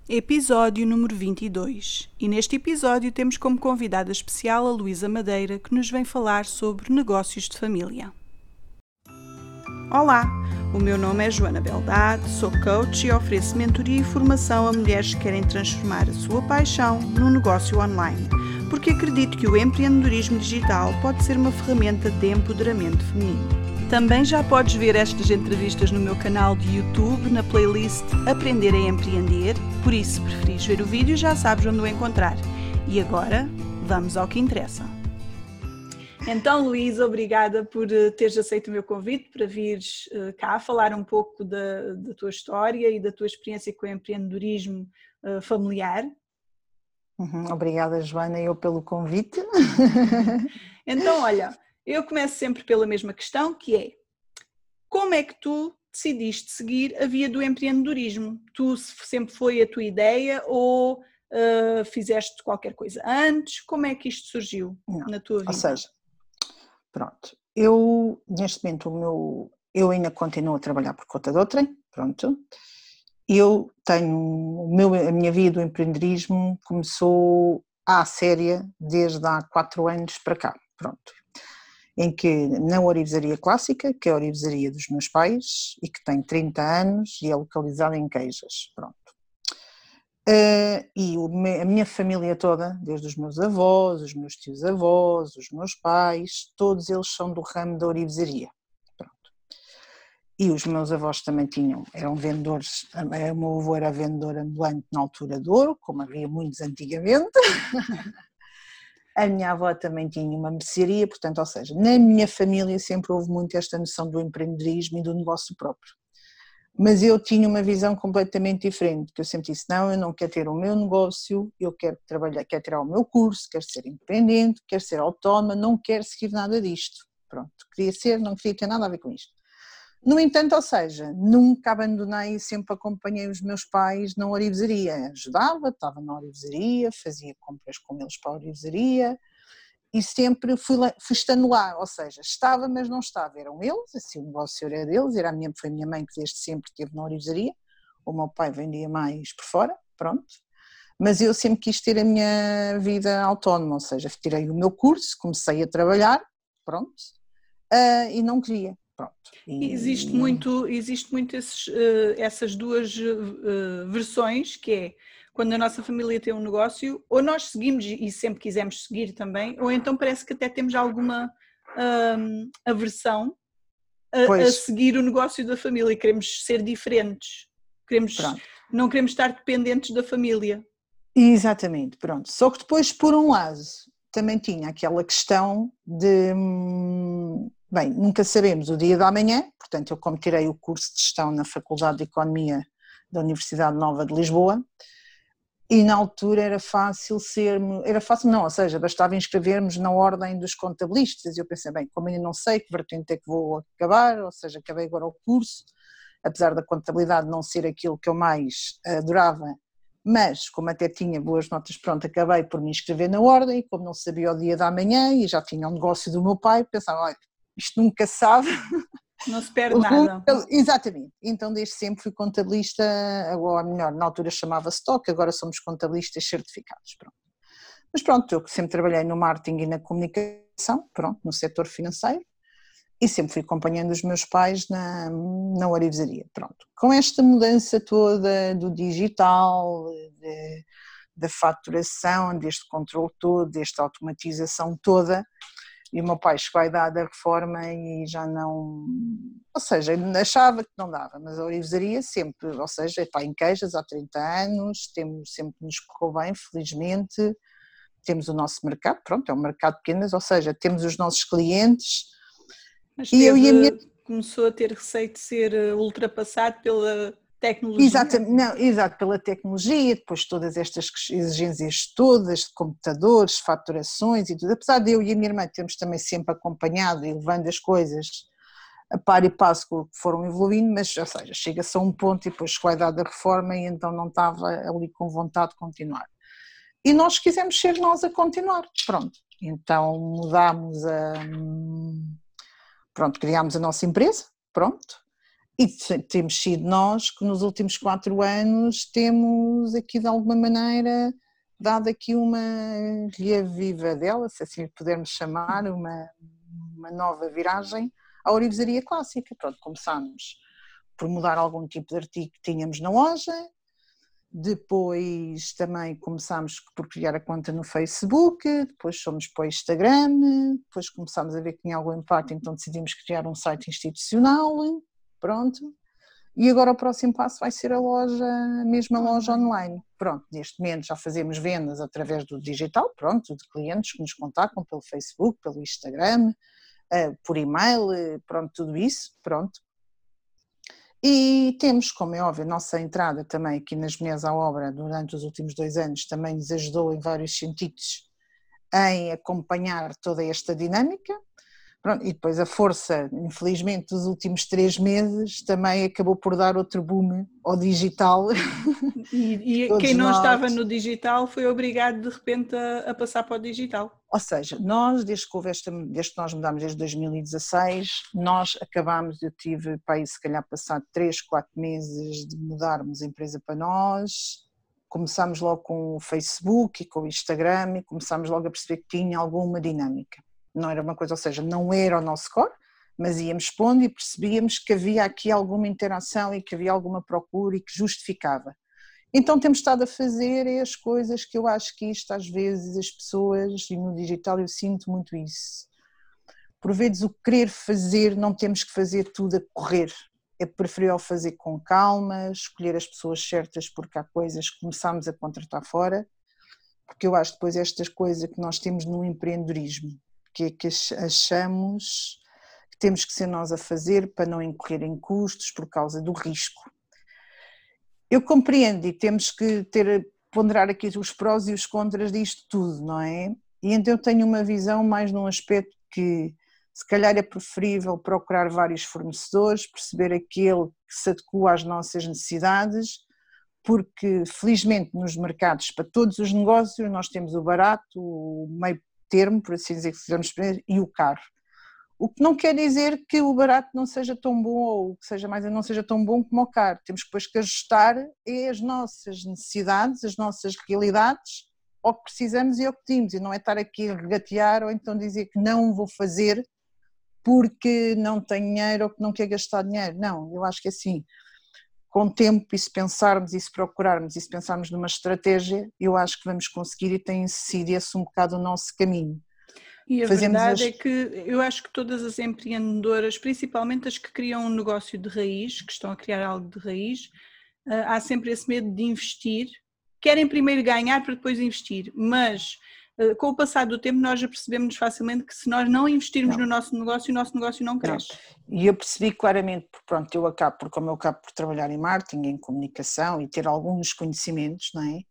Episódio número 22. E neste episódio temos como convidada especial a Luísa Madeira, que nos vem falar sobre negócios de família. Olá, o meu nome é Joana Beldade, sou coach e ofereço mentoria e formação a mulheres que querem transformar a sua paixão num negócio online, porque acredito que o empreendedorismo digital pode ser uma ferramenta de empoderamento feminino. Também já podes ver estas entrevistas no meu canal de YouTube, na playlist Aprender a Empreender, por isso, se preferires ver o vídeo, já sabes onde o encontrar. E agora, vamos ao que interessa. Então, Luísa, obrigada por teres aceito o meu convite para vires cá falar um pouco da tua história e da tua experiência com o empreendedorismo familiar. Obrigada, Joana, eu pelo convite. Então, olha, eu começo sempre pela mesma questão, que é: como é que tu decidiste seguir a via do empreendedorismo? Tu sempre foi a tua ideia ou fizeste qualquer coisa antes? Como é que isto surgiu na tua vida? Ou seja, pronto, eu neste momento eu ainda continuo a trabalhar por conta de outrem, pronto. Eu tenho a minha vida do empreendedorismo começou à séria desde há 4 anos para cá, pronto. Em que na Orivesaria Clássica, que é a Orivesaria dos meus pais e que tem 30 anos e é localizada em Queijas, pronto. E a minha família toda, desde os meus avós, os meus tios-avós, os meus pais, todos eles são do ramo da orivesaria. Pronto. E os meus avós também eram vendedores, o meu avô era vendedor ambulante na altura do ouro, como havia muitos antigamente. A minha avó também tinha uma mercearia, portanto, ou seja, na minha família sempre houve muito esta noção do empreendedorismo e do negócio próprio. Mas eu tinha uma visão completamente diferente, que eu sempre disse, não, eu não quero ter o meu negócio, eu quero trabalhar, quero tirar o meu curso, quero ser independente, quero ser autónoma, não quero seguir nada disto. Pronto, não queria ter nada a ver com isto. No entanto, ou seja, nunca abandonei, sempre acompanhei os meus pais na orivesaria, ajudava, estava na orivesaria, fazia compras com eles para a orivesaria, e sempre fui estando lá, ou seja, estava, mas não estava, eram eles, assim, o negócio era deles, foi a minha mãe que desde sempre esteve na orivesaria, o meu pai vendia mais por fora, pronto, mas eu sempre quis ter a minha vida autónoma, ou seja, tirei o meu curso, comecei a trabalhar, pronto, e não queria, pronto. Existe muito essas duas versões, que é quando a nossa família tem um negócio, ou nós seguimos e sempre quisemos seguir também, ou então parece que até temos alguma aversão a seguir o negócio da família, queremos ser diferentes, não queremos estar dependentes da família. Exatamente, pronto. Só que depois, por um lado, também tinha aquela questão de, bem, nunca sabemos o dia da manhã, portanto eu como tirei o curso de gestão na Faculdade de Economia da Universidade Nova de Lisboa, e na altura era fácil não, ou seja, bastava inscrevermos na ordem dos contabilistas, e eu pensei, bem, como ainda não sei que vertente é que vou acabar, ou seja, acabei agora o curso, apesar da contabilidade não ser aquilo que eu mais adorava, mas como até tinha boas notas, pronto, acabei por me inscrever na ordem, e como não sabia o dia da manhã e já tinha um negócio do meu pai, pensava, olha, isto nunca sabe. Não se perde nada. Exatamente, então desde sempre fui contabilista, ou melhor, na altura chamava-se TOC, agora somos contabilistas certificados, pronto. Mas pronto, eu sempre trabalhei no marketing e na comunicação, pronto, no setor financeiro, e sempre fui acompanhando os meus pais na orivesaria, pronto. Com esta mudança toda do digital, da faturação, deste controle todo, desta automatização toda, e o meu pai chegou à idade da reforma e já não, ou seja, achava que não dava, mas a orivesaria sempre, ou seja, está em Queijas há 30 anos, sempre nos correu bem, felizmente, temos o nosso mercado, pronto, é um mercado pequeno, ou seja, temos os nossos clientes. Mas começou a ter receio de ser ultrapassado pela tecnologia? Exato, pela tecnologia, depois todas estas exigências todas, de computadores, faturações e tudo, apesar de eu e a minha irmã termos também sempre acompanhado e levando as coisas a par e passo que foram evoluindo, mas, ou seja, chega-se a um ponto e depois chegou a idade da reforma e então não estava ali com vontade de continuar. E nós quisemos ser nós a continuar, pronto, então mudámos pronto, criámos a nossa empresa, pronto, E temos sido nós que nos últimos 4 anos temos aqui de alguma maneira dado aqui uma revivadela, se assim pudermos chamar, uma nova viragem à ourivesaria clássica. Pronto, começámos por mudar algum tipo de artigo que tínhamos na loja, depois também começámos por criar a conta no Facebook, depois fomos para o Instagram, depois começámos a ver que tinha algum impacto, então decidimos criar um site institucional, pronto. E agora o próximo passo vai ser a loja, mesmo a loja online. Pronto, neste momento já fazemos vendas através do digital, pronto, de clientes que nos contactam pelo Facebook, pelo Instagram, por e-mail, pronto, tudo isso, pronto. E temos, como é óbvio, a nossa entrada também aqui nas Mulheres à Obra durante os últimos 2 anos também nos ajudou em vários sentidos em acompanhar toda esta dinâmica. Pronto, e depois a força, infelizmente, dos últimos 3 meses também acabou por dar outro boom ao digital. E quem não estava no digital foi obrigado de repente a passar para o digital. Ou seja, nós, desde que nós mudámos desde 2016, nós acabámos, eu tive para aí se calhar passado 3, 4 meses de mudarmos a empresa para nós, começámos logo com o Facebook e com o Instagram e começámos logo a perceber que tinha alguma dinâmica. Não era uma coisa, ou seja, não era o nosso core, mas íamos expondo e percebíamos que havia aqui alguma interação e que havia alguma procura e que justificava. Então temos estado a fazer as coisas que eu acho que isto às vezes as pessoas, e no digital eu sinto muito isso, por vezes o querer fazer, não temos que fazer tudo a correr, é preferível fazer com calma, escolher as pessoas certas porque há coisas que começamos a contratar fora, porque eu acho depois estas coisas que nós temos no empreendedorismo, que é que achamos que temos que ser nós a fazer para não incorrer em custos por causa do risco. Eu compreendo e temos que ponderar aqui os prós e os contras disto tudo, não é? E então eu tenho uma visão mais num aspecto que se calhar é preferível procurar vários fornecedores, perceber aquele que se adequa às nossas necessidades, porque felizmente nos mercados, para todos os negócios, nós temos o barato, o meio termo, por assim dizer, e o caro. O que não quer dizer que o barato não seja tão bom ou que seja mais não seja tão bom como o caro. Temos depois que ajustar as nossas necessidades, as nossas realidades, ao que precisamos e ao que temos. E não é estar aqui a regatear ou então dizer que não vou fazer porque não tenho dinheiro ou que não quero gastar dinheiro. Não, eu acho que assim, com o tempo e se pensarmos e se procurarmos e se pensarmos numa estratégia, eu acho que vamos conseguir e tem sido esse um bocado o nosso caminho. E a verdade é que eu acho que todas as empreendedoras, principalmente as que criam um negócio de raiz, que estão a criar algo de raiz, há sempre esse medo de investir. Querem primeiro ganhar para depois investir, mas com o passar do tempo nós já percebemos facilmente que se nós não investirmos no nosso negócio, o nosso negócio não cresce. E eu percebi claramente, pronto, como eu acabo por trabalhar em marketing, em comunicação e ter alguns conhecimentos, não é?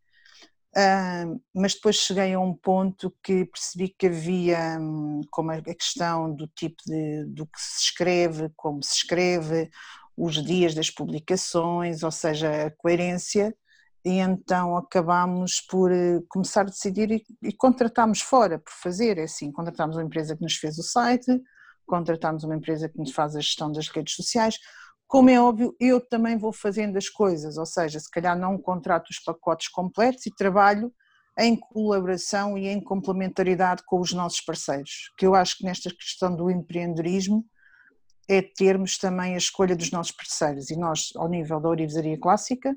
Mas depois cheguei a um ponto que percebi que havia, como a questão do tipo do que se escreve, como se escreve, os dias das publicações, ou seja, a coerência, e então acabámos por começar a decidir e contratámos fora por fazer, é assim, contratámos uma empresa que nos fez o site, contratámos uma empresa que nos faz a gestão das redes sociais. Como é óbvio, eu também vou fazendo as coisas, ou seja, se calhar não contrato os pacotes completos e trabalho em colaboração e em complementaridade com os nossos parceiros, que eu acho que nesta questão do empreendedorismo é termos também a escolha dos nossos parceiros e nós, ao nível da ourivesaria clássica,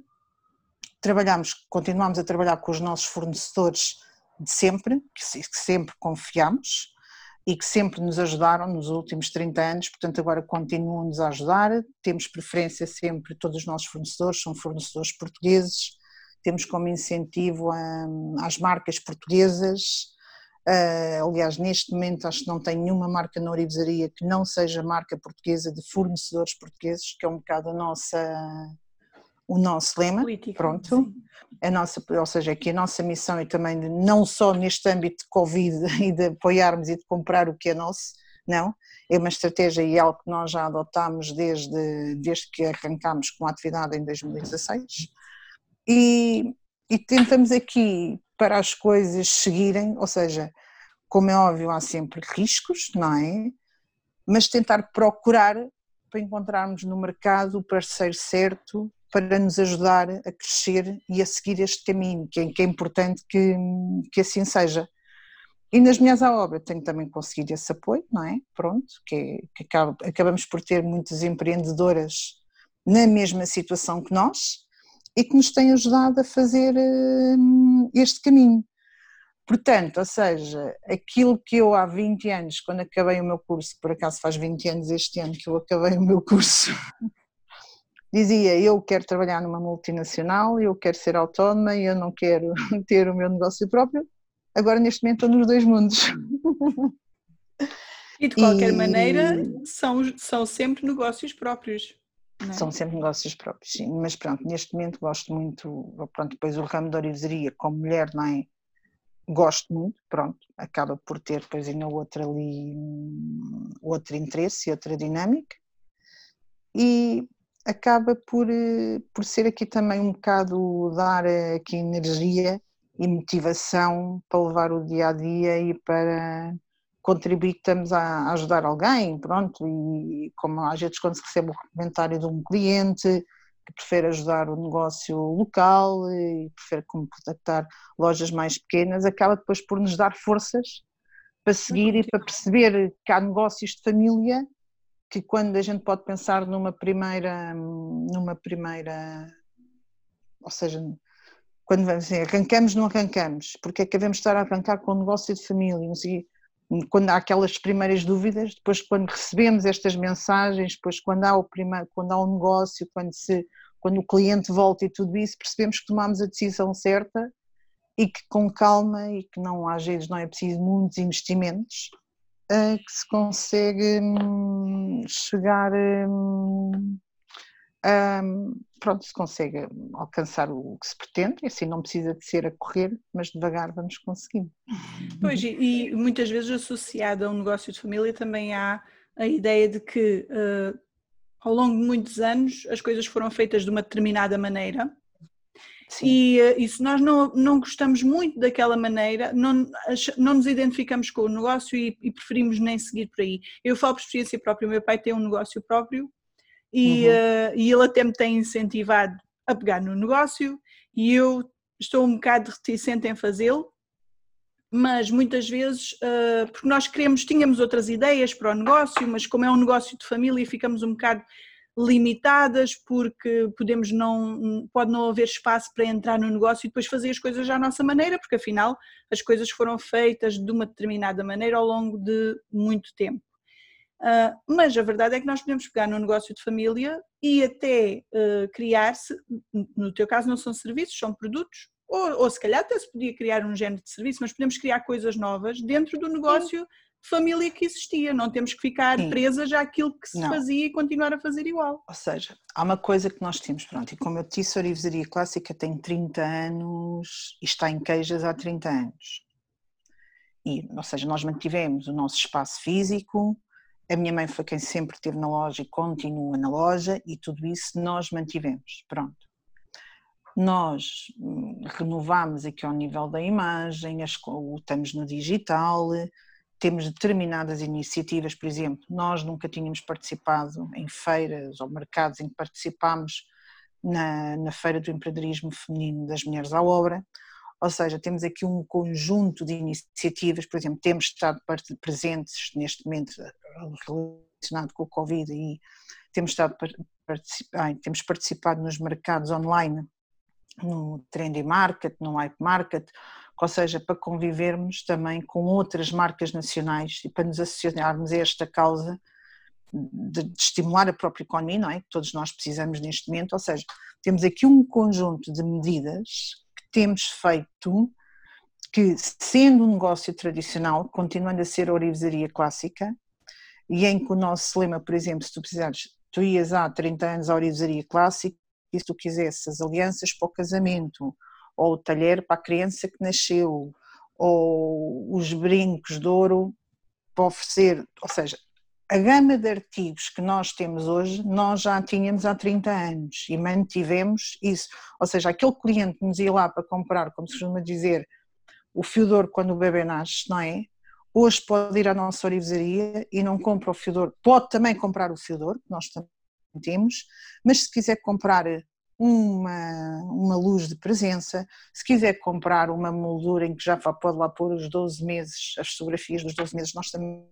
continuamos a trabalhar com os nossos fornecedores de sempre, que sempre confiamos, e que sempre nos ajudaram nos últimos 30 anos, portanto agora continuam-nos a ajudar, temos preferência sempre, todos os nossos fornecedores são fornecedores portugueses, temos como incentivo às marcas portuguesas, aliás neste momento acho que não tem nenhuma marca na ourivesaria que não seja marca portuguesa de fornecedores portugueses, que é um bocado o nosso lema, política, pronto, ou seja, aqui a nossa missão e também não só neste âmbito de Covid e de apoiarmos e de comprar o que é nosso, não, é uma estratégia e algo que nós já adotámos desde que arrancámos com a atividade em 2016 e tentamos aqui para as coisas seguirem, ou seja, como é óbvio há sempre riscos, não é? Mas tentar procurar para encontrarmos no mercado o parceiro certo para nos ajudar a crescer e a seguir este caminho, que é importante que assim seja. E nas Mulheres à Obra tenho também conseguido esse apoio, não é? Pronto, que acabamos por ter muitas empreendedoras na mesma situação que nós e que nos têm ajudado a fazer este caminho. Portanto, ou seja, aquilo que eu há 20 anos, quando acabei o meu curso, por acaso faz 20 anos este ano que eu acabei o meu curso, dizia, eu quero trabalhar numa multinacional, eu quero ser autónoma e eu não quero ter o meu negócio próprio. Agora, neste momento, estou nos dois mundos. E de qualquer maneira, são sempre negócios próprios. Não é? São sempre negócios próprios, sim. Mas pronto, neste momento gosto muito, pronto, depois o ramo da orivesaria, como mulher, não é? Gosto muito, pronto, acaba por ter depois ainda outro outro interesse e outra dinâmica. E acaba por ser aqui também um bocado dar aqui energia e motivação para levar o dia a dia e para contribuir que estamos a ajudar alguém, pronto, e como às vezes quando se recebe o comentário de um cliente que prefere ajudar o negócio local e prefere contactar lojas mais pequenas, acaba depois por nos dar forças para seguir e para perceber que há negócios de família que quando a gente pode pensar numa primeira, ou seja, quando vamos assim, arrancamos, não arrancamos, porque é que devemos estar a arrancar com um negócio de família, não sei, quando há aquelas primeiras dúvidas, depois quando recebemos estas mensagens, depois quando há um negócio, quando o cliente volta e tudo isso, percebemos que tomamos a decisão certa e que com calma e que não, às vezes não é preciso muitos investimentos, que se consegue chegar pronto, se consegue alcançar o que se pretende, e assim não precisa de ser a correr, mas devagar vamos conseguindo. Pois, e muitas vezes associado a um negócio de família também há a ideia de que ao longo de muitos anos as coisas foram feitas de uma determinada maneira. Sim. E se nós não gostamos muito daquela maneira, não nos identificamos com o negócio e preferimos nem seguir por aí. Eu falo por experiência própria, o meu pai tem um negócio próprio e ele até me tem incentivado a pegar no negócio e eu estou um bocado reticente em fazê-lo, mas muitas vezes, porque nós tínhamos outras ideias para o negócio, mas como é um negócio de família ficamos um bocado limitadas porque pode não haver espaço para entrar no negócio e depois fazer as coisas à nossa maneira, porque afinal as coisas foram feitas de uma determinada maneira ao longo de muito tempo. Mas a verdade é que nós podemos pegar num negócio de família e até criar-se, no teu caso não são serviços, são produtos, ou se calhar até se podia criar um género de serviço, mas podemos criar coisas novas dentro do negócio de família que existia, não temos que ficar presas àquilo que se fazia e continuar a fazer igual. Ou seja, há uma coisa que nós temos, pronto, e como eu te disse, a Orivesaria Clássica tem 30 anos e está em Queijas há 30 anos. Ou seja, nós mantivemos o nosso espaço físico, a minha mãe foi quem sempre esteve na loja e continua na loja e tudo isso nós mantivemos, pronto. Nós renovámos aqui ao nível da imagem, estamos no digital, temos determinadas iniciativas, por exemplo, nós nunca tínhamos participado em feiras ou mercados em que participámos na Feira do Empreendedorismo Feminino das Mulheres à Obra, ou seja, temos aqui um conjunto de iniciativas, por exemplo, temos estado presentes neste momento relacionado com o Covid e temos participado nos mercados online, no Trendy Market, no Hype Market, ou seja, para convivermos também com outras marcas nacionais e para nos associarmos a esta causa de estimular a própria economia, não é? Que todos nós precisamos neste momento, ou seja, temos aqui um conjunto de medidas que temos feito que, sendo um negócio tradicional, continuando a ser a orivesaria clássica, e em que o nosso lema, por exemplo, se tu precisares, tu ias há 30 anos à orivesaria clássica e se tu quisesse as alianças para o casamento, ou o talher para a criança que nasceu, ou os brincos de ouro para oferecer, ou seja, a gama de artigos que nós temos hoje, nós já tínhamos há 30 anos e mantivemos isso, ou seja, aquele cliente que nos ia lá para comprar, como se costuma dizer, o fio de ouro quando o bebê nasce, não é? hoje pode ir à nossa orivesaria e não compra o fiador, pode também comprar o fiador, que nós também temos, mas se quiser comprar uma luz de presença, se quiser comprar uma moldura em que já pode lá pôr os 12 meses, as fotografias dos 12 meses, nós também,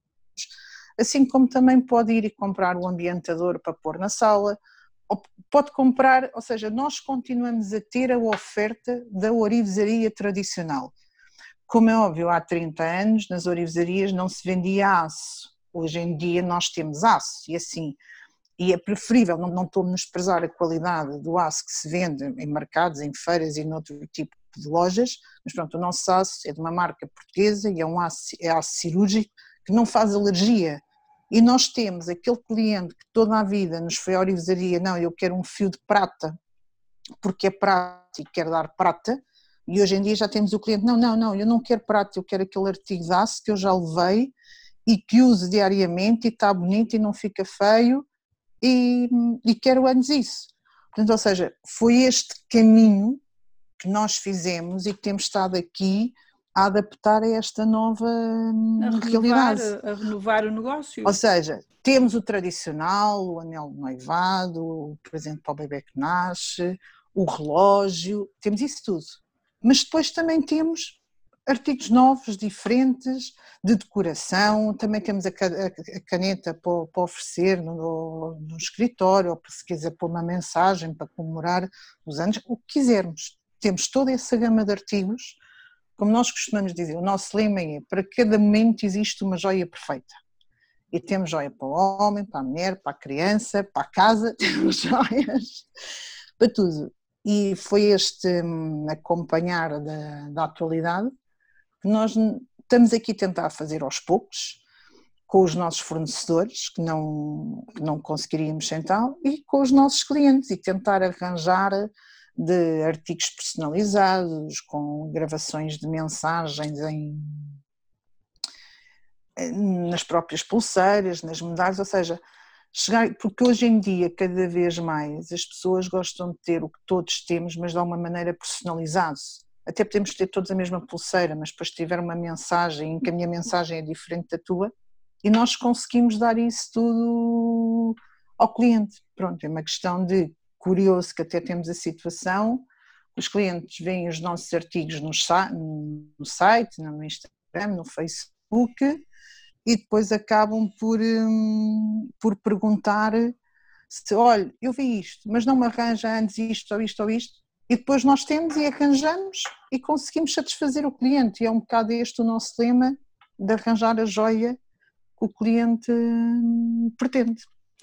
assim como também pode ir e comprar o ambientador para pôr na sala, ou pode comprar, ou seja, nós continuamos a ter a oferta da orivesaria tradicional. Como é óbvio, há 30 anos nas orivesarias não se vendia aço, hoje em dia nós temos aço e assim, e é preferível, não estou a menosprezar a qualidade do aço que se vende em mercados, em feiras e noutro tipo de lojas, mas pronto, o nosso aço é de uma marca portuguesa e é aço cirúrgico que não faz alergia. E nós temos aquele cliente que toda a vida nos foi à orivesaria, não, eu quero um fio de prata, porque é prata e quero dar prata, e hoje em dia já temos o cliente, não, eu não quero prata, eu quero aquele artigo de aço que eu já levei e que uso diariamente e está bonito e não fica feio, e quero antes isso. Portanto, ou seja, foi este caminho que nós fizemos e que temos estado aqui a adaptar a esta nova realidade. A renovar o negócio. Ou seja, temos o tradicional, o anel de noivado, o presente para o bebê que nasce, o relógio, temos isso tudo. Mas depois também temos artigos novos, diferentes, de decoração, também temos a caneta para oferecer no escritório, ou se quiser pôr uma mensagem para comemorar os anos, o que quisermos. Temos toda essa gama de artigos, como nós costumamos dizer, o nosso lema é, para cada momento existe uma joia perfeita. E temos joia para o homem, para a mulher, para a criança, para a casa, temos joias para tudo. E foi este acompanhar da atualidade que nós estamos aqui a tentar fazer aos poucos, com os nossos fornecedores, que não conseguiríamos sem tal, e com os nossos clientes, e tentar arranjar de artigos personalizados, com gravações de mensagens nas próprias pulseiras, nas medalhas, ou seja, porque hoje em dia cada vez mais as pessoas gostam de ter o que todos temos, mas de alguma maneira personalizado. Até podemos ter todos a mesma pulseira, mas depois tiver uma mensagem em que a minha mensagem é diferente da tua, e nós conseguimos dar isso tudo ao cliente. Pronto, é uma questão de curioso que até temos a situação, os clientes veem os nossos artigos no site, no Instagram, no Facebook, e depois acabam por perguntar se, olha, eu vi isto, mas não me arranja antes isto ou isto ou isto, e depois nós temos e arranjamos e conseguimos satisfazer o cliente, e é um bocado este o nosso lema, de arranjar a joia que o cliente pretende.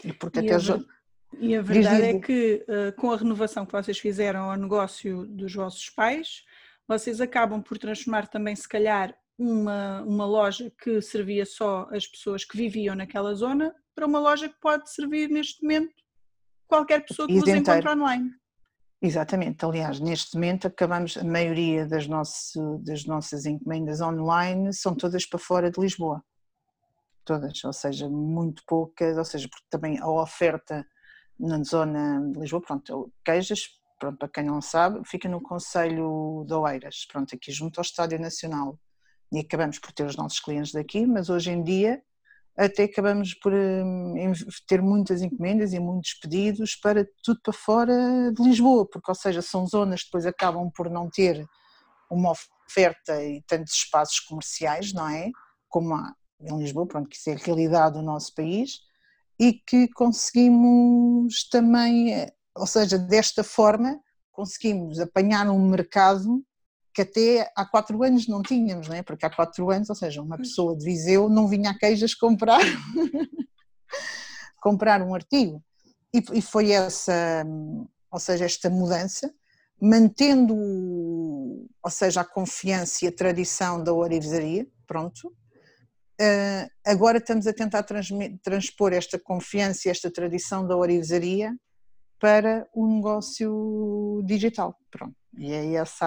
E a verdade é que com a renovação que vocês fizeram ao negócio dos vossos pais, vocês acabam por transformar também, se calhar, uma loja que servia só as pessoas que viviam naquela zona para uma loja que pode servir neste momento qualquer pessoa que vos encontre online. Exatamente, aliás, neste momento acabamos, a maioria das nossas encomendas online são todas para fora de Lisboa, todas, ou seja, muito poucas, ou seja, porque também a oferta na zona de Lisboa, pronto, Queijas, pronto, para quem não sabe, fica no concelho de Oeiras, pronto, aqui junto ao Estádio Nacional, e acabamos por ter os nossos clientes daqui, mas hoje em dia até acabamos por ter muitas encomendas e muitos pedidos para tudo para fora de Lisboa, porque, ou seja, são zonas que depois acabam por não ter uma oferta e tantos espaços comerciais, não é? Como há em Lisboa, pronto, que isso é a realidade do nosso país, e que conseguimos também, ou seja, desta forma, conseguimos apanhar um mercado que até há 4 anos não tínhamos, não é? Porque há 4 anos, ou seja, uma pessoa de Viseu não vinha a Queijas comprar um artigo. E foi essa, ou seja, esta mudança, mantendo, ou seja, a confiança e a tradição da orivesaria, pronto. Agora estamos a tentar transpor esta confiança e esta tradição da orivesaria para o negócio digital, pronto. E é esse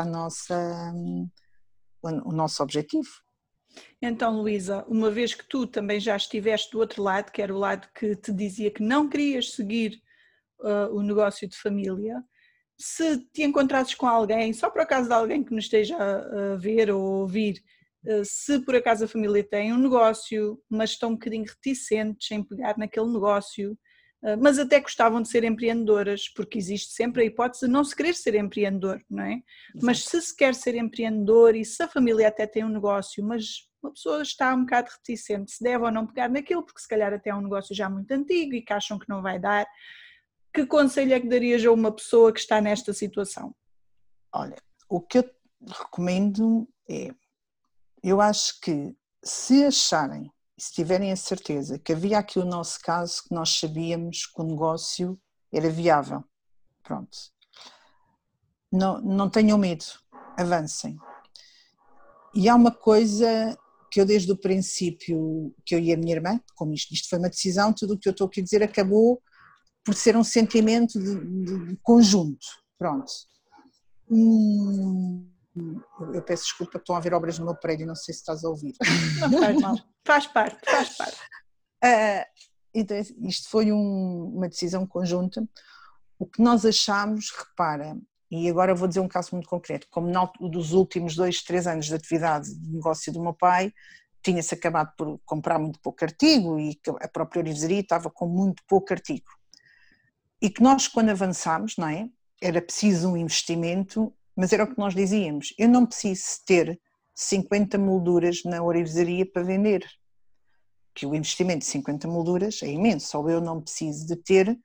o nosso objetivo. Então, Luísa, uma vez que tu também já estiveste do outro lado, que era o lado que te dizia que não querias seguir o negócio de família, se te encontrasses com alguém, só por acaso de alguém que nos esteja a ver ou a ouvir, Se por acaso a família tem um negócio, mas estão um bocadinho reticentes em pegar naquele negócio, mas até gostavam de ser empreendedoras, porque existe sempre a hipótese de não se querer ser empreendedor, não é? Exato. Mas se quer ser empreendedor e se a família até tem um negócio, mas uma pessoa está um bocado reticente se deve ou não pegar naquilo, porque se calhar até é um negócio já muito antigo e que acham que não vai dar, que conselho é que darias a uma pessoa que está nesta situação? Olha, o que eu recomendo é, eu acho que se acharem, se tiverem a certeza que havia aqui o nosso caso, que nós sabíamos que o negócio era viável, pronto, não tenham medo, avancem. E há uma coisa que eu desde o princípio, que eu e a minha irmã, como isto foi uma decisão, tudo o que eu estou aqui a dizer acabou por ser um sentimento de conjunto, pronto. Eu peço desculpa, estão a haver obras no meu prédio, não sei se estás a ouvir. Não faz mal, faz parte. Então, isto foi uma decisão conjunta. O que nós achámos, repara, e agora vou dizer um caso muito concreto, como dos últimos 2-3 anos de atividade de negócio do meu pai, tinha-se acabado por comprar muito pouco artigo e a própria orivesaria estava com muito pouco artigo. E que nós, quando avançámos, não é? Era preciso um investimento, mas era o que nós dizíamos, eu não preciso ter 50 molduras na orivesaria para vender, que o investimento de 50 molduras é imenso, ou eu não preciso de ter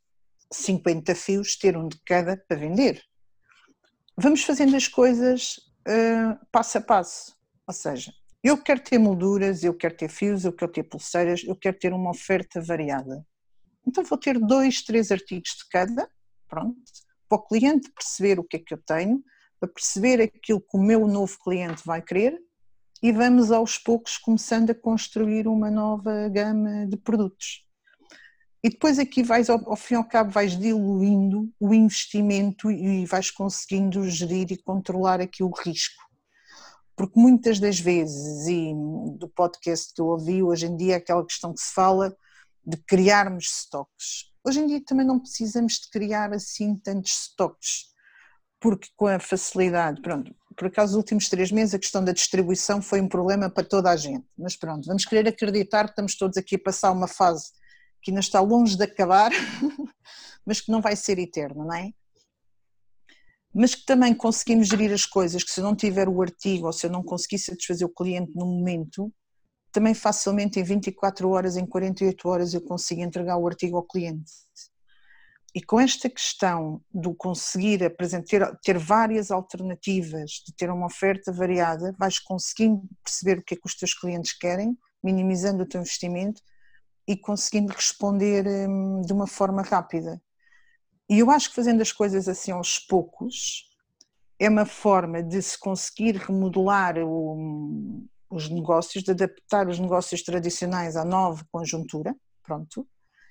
50 fios, ter um de cada para vender. Vamos fazendo as coisas passo a passo, ou seja, eu quero ter molduras, eu quero ter fios, eu quero ter pulseiras, eu quero ter uma oferta variada. Então vou ter 2-3 artigos de cada, pronto, para o cliente perceber o que é que eu tenho, para perceber aquilo que o meu novo cliente vai querer e vamos aos poucos começando a construir uma nova gama de produtos. E depois aqui vais, ao fim e ao cabo, vais diluindo o investimento e vais conseguindo gerir e controlar aqui o risco. Porque muitas das vezes, e do podcast que eu ouvi, hoje em dia é aquela questão que se fala de criarmos estoques. Hoje em dia também não precisamos de criar assim tantos estoques, porque com a facilidade, pronto, por acaso nos últimos 3 meses a questão da distribuição foi um problema para toda a gente, mas pronto, vamos querer acreditar que estamos todos aqui a passar uma fase que ainda está longe de acabar, mas que não vai ser eterna, não é? Mas que também conseguimos gerir as coisas, que se eu não tiver o artigo ou se eu não conseguir satisfazer o cliente no momento, também facilmente em 24 horas, em 48 horas eu consigo entregar o artigo ao cliente. E com esta questão do conseguir apresentar, ter várias alternativas, de ter uma oferta variada, vais conseguindo perceber o que é que os teus clientes querem, minimizando o teu investimento e conseguindo responder de uma forma rápida. E eu acho que fazendo as coisas assim aos poucos é uma forma de se conseguir remodelar os negócios, de adaptar os negócios tradicionais à nova conjuntura, pronto,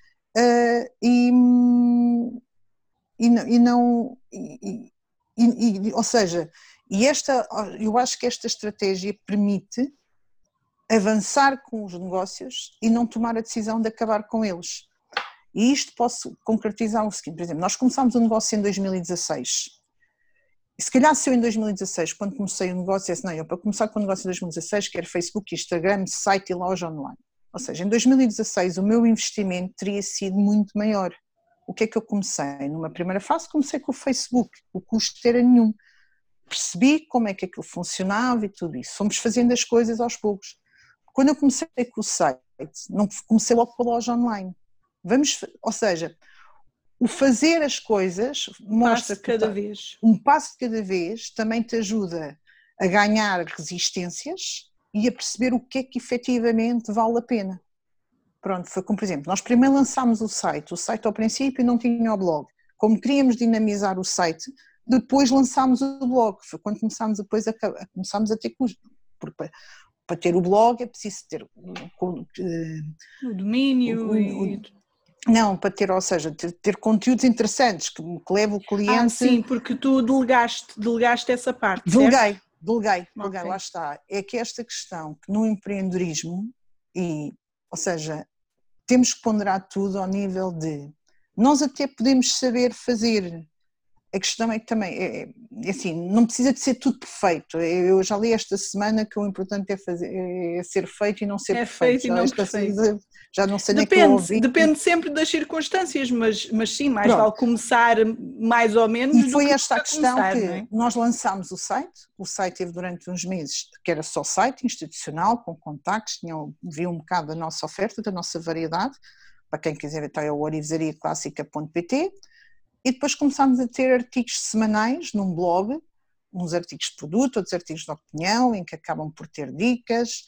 ou seja, eu acho que esta estratégia permite avançar com os negócios e não tomar a decisão de acabar com eles. E isto posso concretizar o seguinte, por exemplo, nós começámos o negócio em 2016, e se calhar se eu em 2016, quando comecei o negócio, não, eu para começar com o negócio em 2016 quero Facebook, Instagram, site e loja online. Ou seja, em 2016 o meu investimento teria sido muito maior. O que é que eu comecei? Numa primeira fase comecei com o Facebook, o custo era nenhum. Percebi como é que aquilo funcionava e tudo isso. Fomos fazendo as coisas aos poucos. Quando eu comecei com o site, não comecei logo com a loja online. Ou seja, o fazer as coisas mostra que um passo de cada vez também te ajuda a ganhar resistências e a perceber o que é que efetivamente vale a pena. Pronto, foi como, por exemplo, nós primeiro lançámos o site ao princípio não tinha o blog. Como queríamos dinamizar o site, depois lançámos o blog, foi quando começámos depois começámos a ter custo, porque para ter o blog é preciso ter o domínio não, para ter, ou seja, ter conteúdos interessantes que leve o cliente... sim, porque tu delegaste essa parte, Deleguei, okay. Lá está. É que esta questão, que no empreendedorismo, ou seja, temos que ponderar tudo ao nível de... Nós até podemos saber fazer A questão é que também, assim, não precisa de ser tudo perfeito. Eu já li esta semana que o importante é ser feito e não ser É perfeito. feito e não perfeito. Já não sei nem que eu ouvi. Depende sempre das circunstâncias, mas sim, mais Pronto. vale começar mais ou menos E do foi que esta a nunca questão começar, que não é? nós lançámos o site teve durante uns meses, que era só site institucional, com contactos, viu um bocado da nossa oferta, da nossa variedade, para quem quiser então é o orivesariaclássica.pt, e depois começámos a ter artigos semanais num blog, uns artigos de produto, outros artigos de opinião, em que acabam por ter dicas.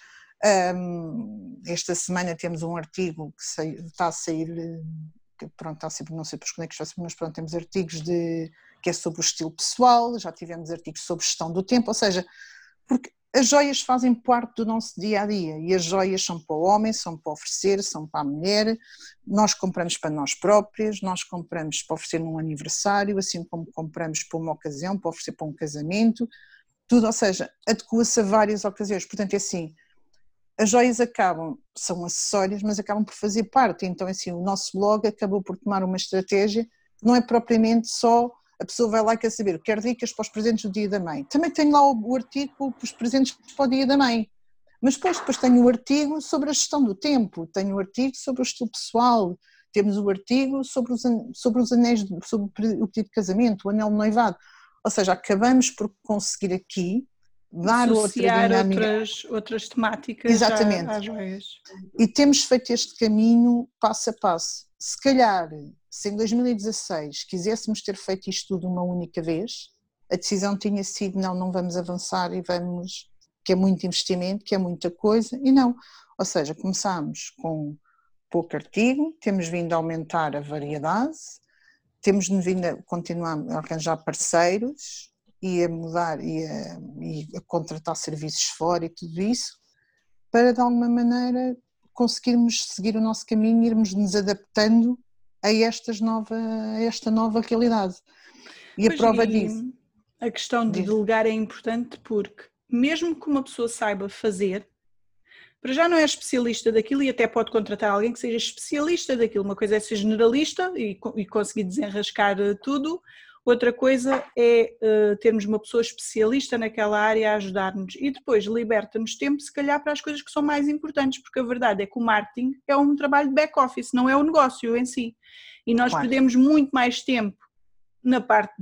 Esta semana temos um artigo que está a sair, que pronto, está sempre, não sei por quando é que está a sair, mas pronto, temos artigos que é sobre o estilo pessoal, já tivemos artigos sobre gestão do tempo, ou seja, porque as joias fazem parte do nosso dia-a-dia e as joias são para o homem, são para oferecer, são para a mulher, nós compramos para nós próprias, nós compramos para oferecer num aniversário, assim como compramos para uma ocasião, para oferecer para um casamento, tudo, ou seja, adequa-se a várias ocasiões, portanto é assim, as joias são acessórios, mas acabam por fazer parte, então assim, o nosso blog acabou por tomar uma estratégia, não é propriamente só a pessoa vai lá e quer saber, quer dicas para os presentes do Dia da Mãe. Também tenho lá o artigo para os presentes para o Dia da Mãe. Mas depois tenho o artigo sobre a gestão do tempo, tenho o artigo sobre o estilo pessoal, temos o artigo sobre os anéis, sobre o pedido de casamento, o anel de noivado. Ou seja, acabamos por conseguir aqui dar outra Associar dinâmica. outras temáticas Exatamente. às joias. E temos feito este caminho passo a passo. Se calhar, se em 2016 quiséssemos ter feito isto tudo uma única vez, a decisão tinha sido não vamos avançar e vamos, que é muito investimento, que é muita coisa, e não. Ou seja, começámos com pouco artigo, temos vindo a aumentar a variedade, temos vindo a continuar a arranjar parceiros e a mudar e a contratar serviços fora e tudo isso, para de alguma maneira conseguirmos seguir o nosso caminho e irmos nos adaptando a esta nova realidade. E Pois, a prova disso. A questão de delegar é importante porque, mesmo que uma pessoa saiba fazer, para já não é especialista daquilo e até pode contratar alguém que seja especialista daquilo. Uma coisa é ser generalista e conseguir desenrascar tudo, outra coisa é termos uma pessoa especialista naquela área a ajudar-nos e depois liberta-nos tempo, se calhar, para as coisas que são mais importantes, porque a verdade é que o marketing é um trabalho de back-office, não é o negócio em si. E nós perdemos muito mais tempo na parte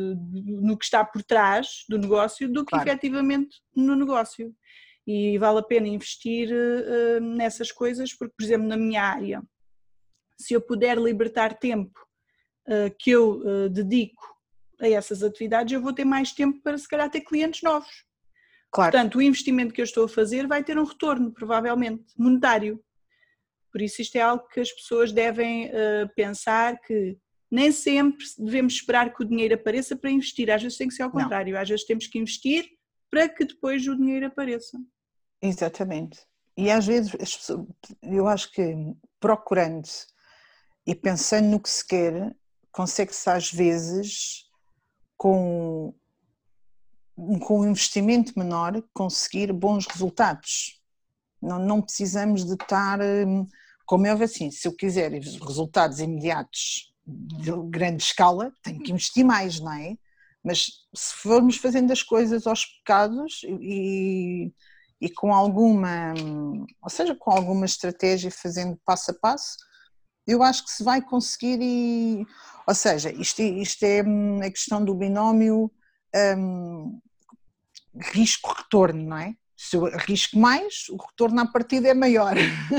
no que está por trás do negócio do que efetivamente no negócio. E vale a pena investir nessas coisas, porque, por exemplo, na minha área, se eu puder libertar tempo que eu dedico a essas atividades, eu vou ter mais tempo para, se calhar, ter clientes novos. Portanto, o investimento que eu estou a fazer vai ter um retorno, provavelmente, monetário. Por isso, isto é algo que as pessoas devem pensar que nem sempre devemos esperar que o dinheiro apareça para investir, às vezes tem que ser ao contrário, às vezes temos que investir para que depois o dinheiro apareça. Exatamente. E às vezes, eu acho que procurando e pensando no que se quer, consegue-se às vezes, com um investimento menor, conseguir bons resultados. Não precisamos de estar, como é assim, se eu quiser resultados imediatos de grande escala, tenho que investir mais, não é? Mas se formos fazendo as coisas aos bocados e com alguma, ou seja, com alguma estratégia, fazendo passo a passo, eu acho que se vai conseguir, ou seja, isto é a questão do binómio risco-retorno, não é? Se eu arrisco mais, o retorno à partida é maior.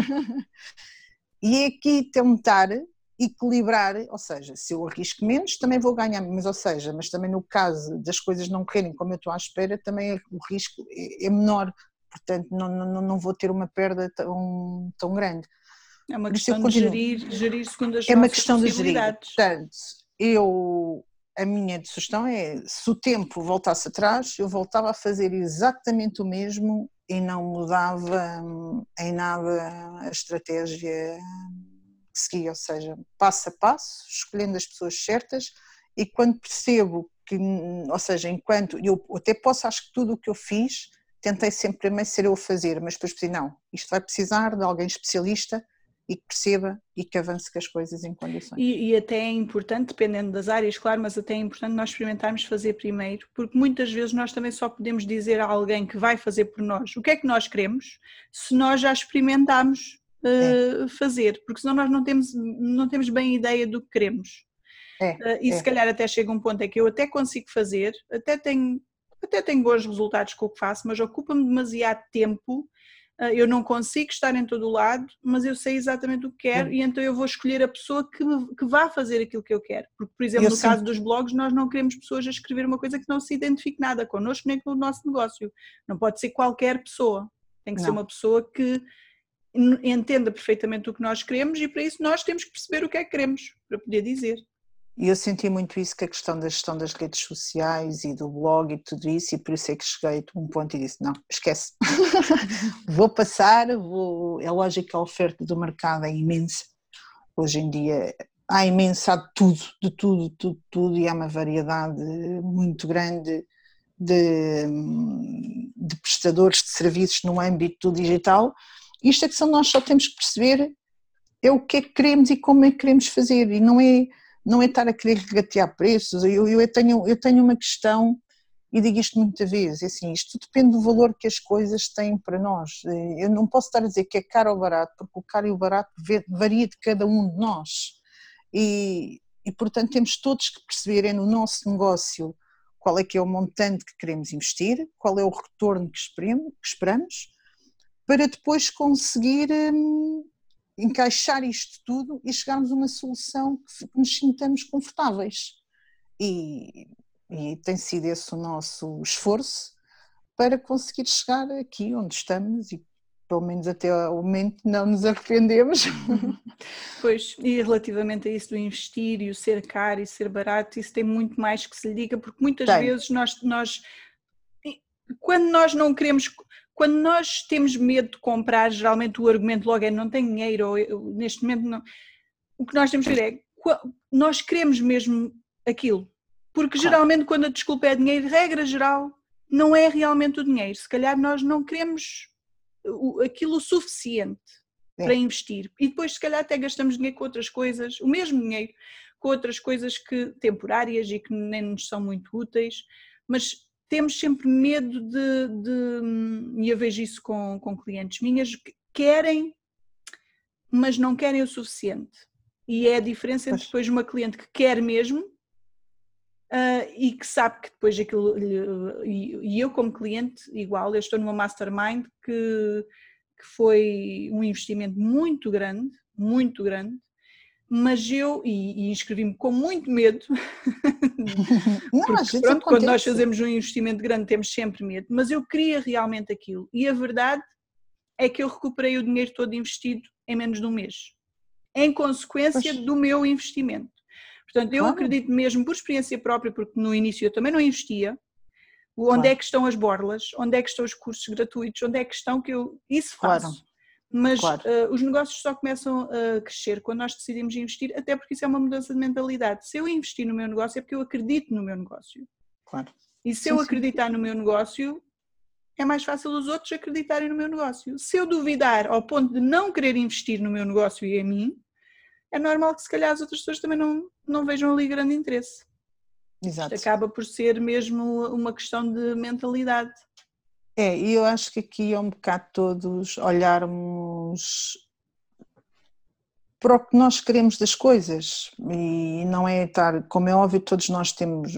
E é aqui tentar equilibrar, ou seja, se eu arrisco menos, também vou ganhar, mas também no caso das coisas não correrem como eu estou à espera, também o risco é menor, portanto não vou ter uma perda tão grande. É uma questão de gerir segundo as nossas possibilidades. É uma questão de gerir, portanto, a minha sugestão é, se o tempo voltasse atrás, eu voltava a fazer exatamente o mesmo e não mudava em nada a estratégia que seguia, ou seja, passo a passo, escolhendo as pessoas certas e quando percebo que, ou seja, enquanto eu até posso, acho que tudo o que eu fiz, tentei sempre primeiro ser eu a fazer, mas depois pensei, não, isto vai precisar de alguém especialista e que perceba e que avance com as coisas em condições. E até é importante, dependendo das áreas, claro, mas até é importante nós experimentarmos fazer primeiro, porque muitas vezes nós também só podemos dizer a alguém que vai fazer por nós o que é que nós queremos, se nós já experimentarmos fazer, porque senão nós não temos bem ideia do que queremos. E se calhar até chega um ponto em que eu até consigo fazer, até tenho bons resultados com o que faço, mas ocupa-me demasiado tempo. Eu não consigo estar em todo o lado, mas eu sei exatamente o que quero e então eu vou escolher a pessoa que vá fazer aquilo que eu quero. Porque, por exemplo, no caso dos blogs, nós não queremos pessoas a escrever uma coisa que não se identifique nada connosco nem com o nosso negócio. Não pode ser qualquer pessoa. Tem que ser uma pessoa que entenda perfeitamente o que nós queremos e para isso nós temos que perceber o que é que queremos, para poder dizer. E eu senti muito isso, que a questão da gestão das redes sociais e do blog e tudo isso, e por isso é que cheguei a um ponto e disse, não, esquece, vou passar, é lógico que a oferta do mercado é imensa, hoje em dia há imensa de tudo, e há uma variedade muito grande de prestadores de serviços no âmbito do digital. Isto é que nós só temos que perceber é o que é que queremos e como é que queremos fazer, e não é estar a querer regatear preços. Eu tenho uma questão, e digo isto muitas vezes, assim, isto depende do valor que as coisas têm para nós. Eu não posso estar a dizer que é caro ou barato, porque o caro e o barato varia de cada um de nós. E portanto temos todos que perceber no nosso negócio qual é que é o montante que queremos investir, qual é o retorno que esperamos, para depois conseguir encaixar isto tudo e chegarmos a uma solução que nos sintamos confortáveis. E tem sido esse o nosso esforço para conseguir chegar aqui onde estamos e pelo menos até ao momento não nos arrependemos. Pois, e relativamente a isso do investir e o ser caro e ser barato, isso tem muito mais que se lhe diga, porque muitas vezes nós, quando nós não queremos, quando nós temos medo de comprar, geralmente o argumento logo é não tenho dinheiro, ou neste momento não. O que nós temos que ver é, nós queremos mesmo aquilo, porque geralmente quando a desculpa é dinheiro, regra geral, não é realmente o dinheiro, se calhar nós não queremos aquilo o suficiente para investir e depois se calhar até gastamos dinheiro com outras coisas, o mesmo dinheiro com outras coisas que temporárias e que nem nos são muito úteis, mas temos sempre medo e eu vejo isso com clientes minhas, que querem, mas não querem o suficiente. E é a diferença entre depois uma cliente que quer mesmo e que sabe que depois aquilo, e eu como cliente igual, eu estou numa mastermind que foi um investimento muito grande, mas eu, e inscrevi-me com muito medo, porque pronto, quando nós fazemos um investimento grande temos sempre medo, mas eu queria realmente aquilo, e a verdade é que eu recuperei o dinheiro todo investido em menos de um mês, em consequência do meu investimento. Portanto, eu acredito mesmo por experiência própria, porque no início eu também não investia, onde é que estão as borlas, onde é que estão os cursos gratuitos, onde é que estão que eu isso faço. Mas os negócios só começam a crescer quando nós decidimos investir, até porque isso é uma mudança de mentalidade. Se eu investir no meu negócio é porque eu acredito no meu negócio. E se eu acreditar no meu negócio, é mais fácil os outros acreditarem no meu negócio. Se eu duvidar ao ponto de não querer investir no meu negócio e em mim, é normal que se calhar as outras pessoas também não vejam ali grande interesse. Exato. Isto acaba por ser mesmo uma questão de mentalidade. E eu acho que aqui é um bocado todos olharmos para o que nós queremos das coisas e não é estar, como é óbvio, todos nós temos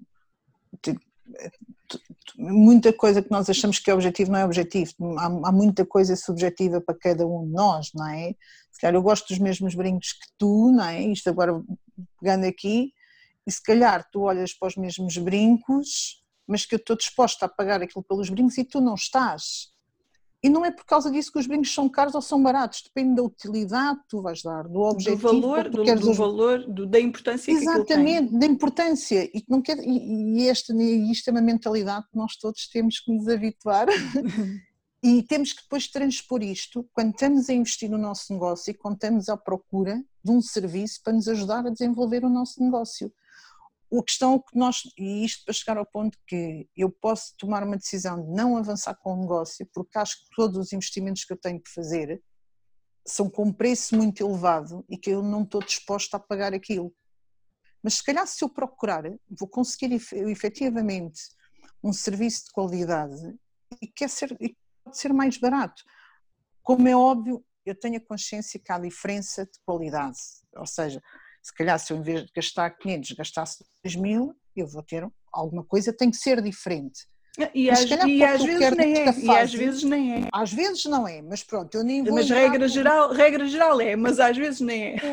muita coisa que nós achamos que é objetivo, não é objetivo, há muita coisa subjetiva para cada um de nós, não é? Se calhar eu gosto dos mesmos brincos que tu, não é? Isto agora pegando aqui, e se calhar tu olhas para os mesmos brincos, mas que eu estou disposta a pagar aquilo pelos brincos e tu não estás. E não é por causa disso que os brincos são caros ou são baratos, depende da utilidade que tu vais dar, do objetivo. Do valor, da importância que aquilo tem. Exatamente, da importância. E isto é uma mentalidade que nós todos temos que nos habituar e temos que depois transpor isto quando estamos a investir no nosso negócio e quando estamos à procura de um serviço para nos ajudar a desenvolver o nosso negócio. A questão que e isto para chegar ao ponto que eu posso tomar uma decisão de não avançar com o negócio, porque acho que todos os investimentos que eu tenho que fazer são com um preço muito elevado e que eu não estou disposta a pagar aquilo. Mas se calhar se eu procurar, vou conseguir efetivamente um serviço de qualidade e pode ser mais barato. Como é óbvio, eu tenho a consciência que há diferença de qualidade. Ou seja, se calhar se eu em vez de gastar 500 gastasse 2.000, eu vou ter alguma coisa, tem que ser diferente. E às vezes nem é. E às vezes nem é. Às vezes não é, mas pronto, eu nem vou... Mas regra geral é, mas às vezes nem é.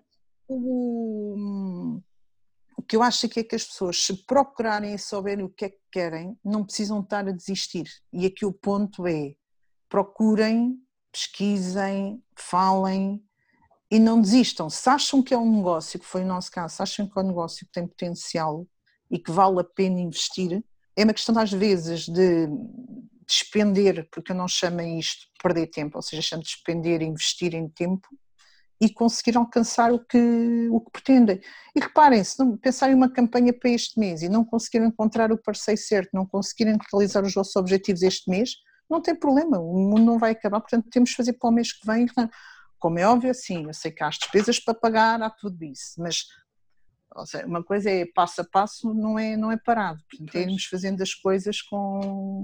O que eu acho é que as pessoas, se procurarem e souberem o que é que querem, não precisam estar a desistir. E aqui o ponto é, procurem, pesquisem, falem e não desistam. Se acham que é um negócio, que foi o nosso caso, se acham que é um negócio que tem potencial e que vale a pena investir, é uma questão às vezes de despender, porque eu não chamo isto de perder tempo, ou seja, chamo de despender e investir em tempo e conseguir alcançar o que pretendem. E reparem, se não pensarem uma campanha para este mês e não conseguirem encontrar o parceiro certo, não conseguirem realizar os vossos objetivos este mês, não tem problema, o mundo não vai acabar, portanto temos de fazer para o mês que vem. Como é óbvio, assim, eu sei que há as despesas para pagar, há tudo isso, mas ou seja, uma coisa é passo a passo, não é parado, portanto é irmos fazendo as coisas com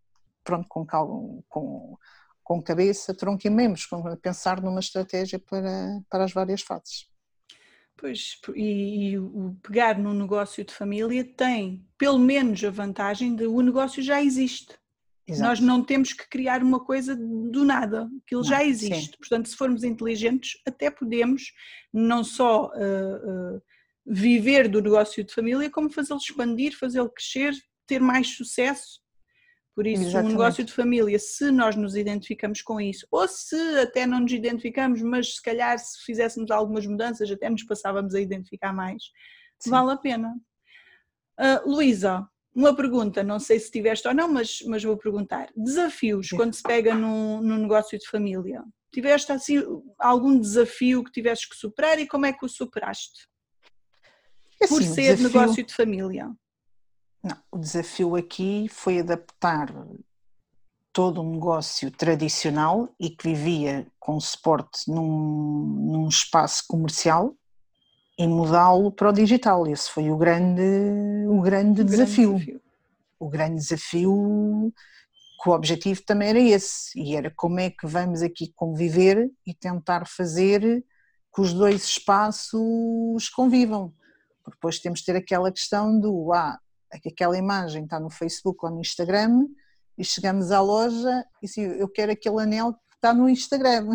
cabeça, tronco e membros, pensar numa estratégia para as várias fases. Pois, e o pegar num negócio de família tem pelo menos a vantagem de o negócio já existe. Exato. Nós não temos que criar uma coisa do nada, aquilo já existe. Sim. Portanto, se formos inteligentes, até podemos não só viver do negócio de família, como fazê-lo expandir, fazê-lo crescer, ter mais sucesso. Por isso, exatamente. Um negócio de família, se nós nos identificamos com isso, ou se até não nos identificamos, mas se calhar se fizéssemos algumas mudanças, até nos passávamos a identificar mais, sim, vale a pena. Luísa, uma pergunta, não sei se tiveste ou não, mas vou perguntar. Desafios, sim, quando se pega num negócio de família? Tiveste assim algum desafio que tivesses que superar e como é que o superaste? Assim, por ser negócio de família. Não, o desafio aqui foi adaptar todo um negócio tradicional e que vivia com suporte num espaço comercial e mudá-lo para o digital. Esse foi o grande desafio. O grande desafio, que o objetivo também era esse, e era como é que vamos aqui conviver e tentar fazer que os dois espaços convivam. Porque depois temos de ter aquela questão do aquela imagem está no Facebook ou no Instagram e chegamos à loja e assim, eu quero aquele anel que está no Instagram.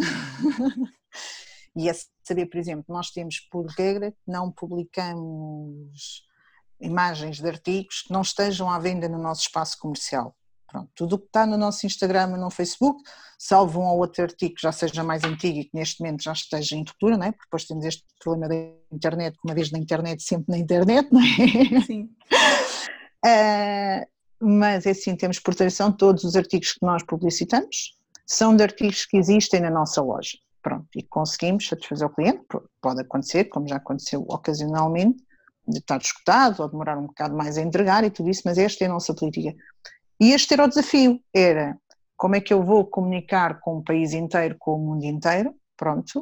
E é saber, por exemplo, nós temos por regra que não publicamos imagens de artigos que não estejam à venda no nosso espaço comercial. Pronto, tudo o que está no nosso Instagram e no Facebook, salvo um ou outro artigo que já seja mais antigo e que neste momento já esteja em ruptura, não é? Porque depois temos este problema da internet, que uma vez na internet, sempre na internet, não é? Sim. Mas é assim, temos por tradição todos os artigos que nós publicitamos são de artigos que existem na nossa loja. Pronto, e conseguimos satisfazer o cliente, pode acontecer, como já aconteceu ocasionalmente, de estar esgotado ou demorar um bocado mais a entregar e tudo isso, mas esta é a nossa política. E este era o desafio, era como é que eu vou comunicar com o país inteiro, com o mundo inteiro, pronto,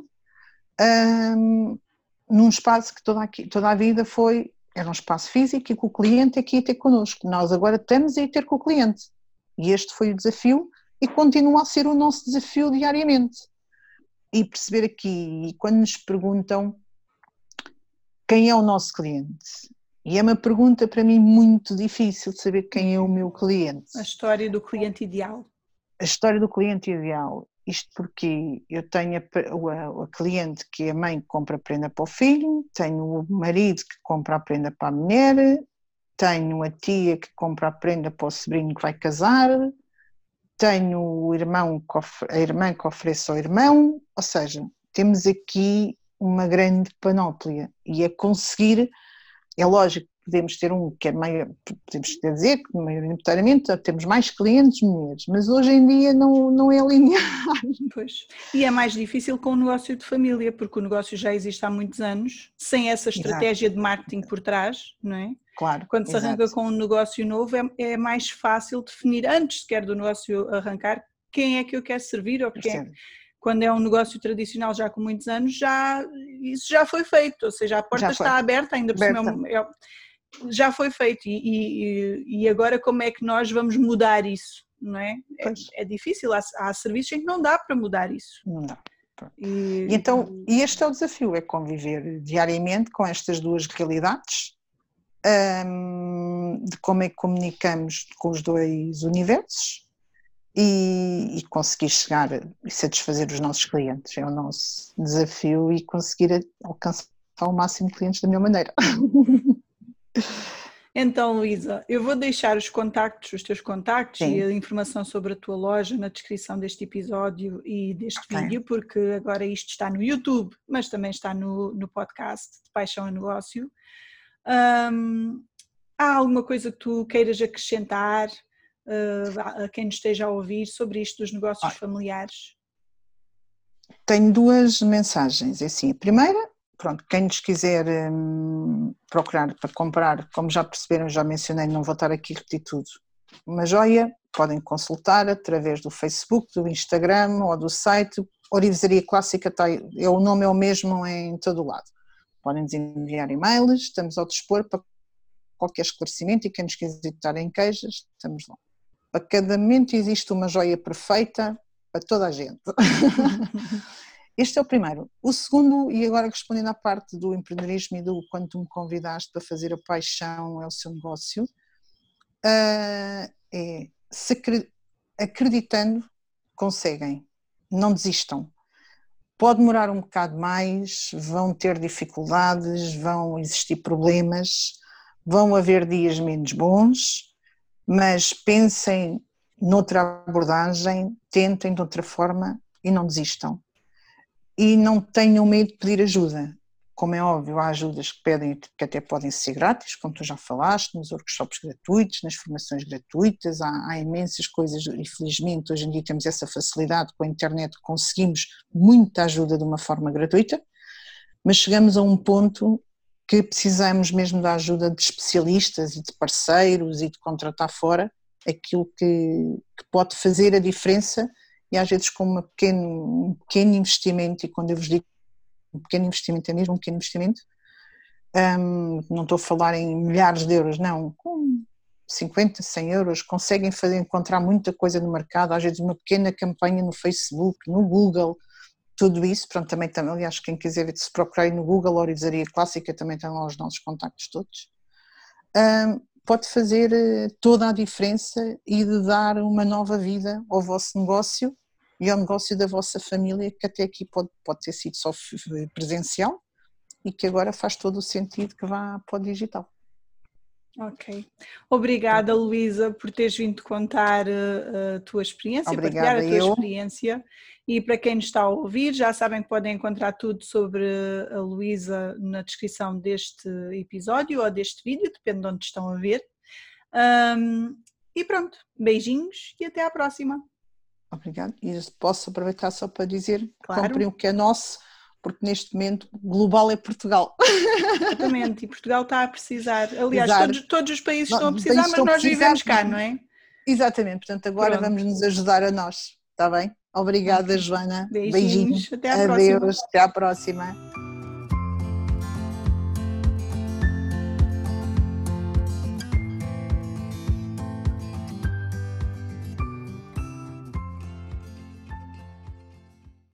num espaço que toda a vida era um espaço físico e que o cliente aqui ia ter connosco. Nós agora estamos a ir ter com o cliente. E este foi o desafio e continua a ser o nosso desafio diariamente. E perceber aqui, quando nos perguntam quem é o nosso cliente, e é uma pergunta para mim muito difícil de saber quem é o meu cliente. A história do cliente ideal. A história do cliente ideal. Isto porque eu tenho a cliente que é a mãe que compra a prenda para o filho, tenho o marido que compra a prenda para a mulher, tenho a tia que compra a prenda para o sobrinho que vai casar, tenho o irmão, a irmã que oferece ao irmão, ou seja, temos aqui uma grande panóplia e é conseguir, é lógico, podemos ter um que é maior, podemos dizer que maioritariamente temos mais clientes mulheres, mas hoje em dia não é linear. Pois, e é mais difícil com o negócio de família, porque o negócio já existe há muitos anos, sem essa estratégia de marketing por trás, não é? Claro. Quando se arranca com um negócio novo é mais fácil definir, antes sequer do negócio arrancar, quem é que eu quero servir ou quando é um negócio tradicional já com muitos anos, isso já foi feito, ou seja, a porta está aberta, ainda por cima já foi feito e agora como é que nós vamos mudar isso, não é? É difícil, há serviços em que não dá para mudar isso. Não dá. Então, este é o desafio, é conviver diariamente com estas duas realidades, de como é que comunicamos com os dois universos e conseguir chegar e satisfazer os nossos clientes. É o nosso desafio e conseguir alcançar o máximo de clientes da melhor maneira. Então, Luísa, eu vou deixar os teus contactos Sim. E a informação sobre a tua loja na descrição deste episódio e deste vídeo, porque agora isto está no YouTube, mas também está no podcast de Paixão a Negócio. Há alguma coisa que tu queiras acrescentar a quem nos esteja a ouvir sobre isto dos negócios familiares? Tenho duas mensagens, assim, a primeira, pronto, quem nos quiser procurar para comprar, como já perceberam, já mencionei, não vou estar aqui a repetir tudo, uma joia, podem consultar através do Facebook, do Instagram ou do site. Orivesaria Clássica, o nome é o mesmo em todo o lado. Podem nos enviar e-mails, estamos ao dispor para qualquer esclarecimento e quem nos quiser visitar em queijas, estamos lá. Para cada momento existe uma joia perfeita para toda a gente. Este é o primeiro. O segundo, e agora respondendo à parte do empreendedorismo e do quando tu me convidaste para fazer a paixão é o seu negócio, acreditando, conseguem, não desistam. Pode demorar um bocado mais, vão ter dificuldades, vão existir problemas, vão haver dias menos bons, mas pensem noutra abordagem, tentem de outra forma e não desistam. E não tenham medo de pedir ajuda. Como é óbvio, há ajudas que pedem, que até podem ser grátis, como tu já falaste, nos workshops gratuitos, nas formações gratuitas, há imensas coisas e felizmente hoje em dia temos essa facilidade com a internet, conseguimos muita ajuda de uma forma gratuita, mas chegamos a um ponto que precisamos mesmo da ajuda de especialistas e de parceiros e de contratar fora aquilo que pode fazer a diferença. E às vezes com um pequeno investimento, e quando eu vos digo um pequeno investimento é mesmo um pequeno investimento, não estou a falar em milhares de euros, não, com 50, 100 euros conseguem encontrar muita coisa no mercado, às vezes uma pequena campanha no Facebook, no Google, tudo isso, pronto, também aliás quem quiser ver, se procurarem no Google Orivesaria Clássica também estão lá os nossos contactos todos. Pode fazer toda a diferença e de dar uma nova vida ao vosso negócio e ao negócio da vossa família, que até aqui pode ter sido só presencial e que agora faz todo o sentido que vá para o digital. Ok. Obrigada, Luísa, por teres vindo contar a tua experiência, partilhar a tua experiência. E para quem nos está a ouvir, já sabem que podem encontrar tudo sobre a Luísa na descrição deste episódio ou deste vídeo, depende de onde estão a ver. E pronto, beijinhos e até à próxima. Obrigada. E posso aproveitar só para dizer, claro. Comprem o que é nosso, porque neste momento global é Portugal. Exatamente, e Portugal está a precisar. Aliás, todos os países estão a precisar, mas nós vivemos cá, não é? Exatamente, portanto agora vamos nos ajudar a nós, está bem? Obrigada, Joana. Beijinhos. Até à próxima. Adeus, até à próxima.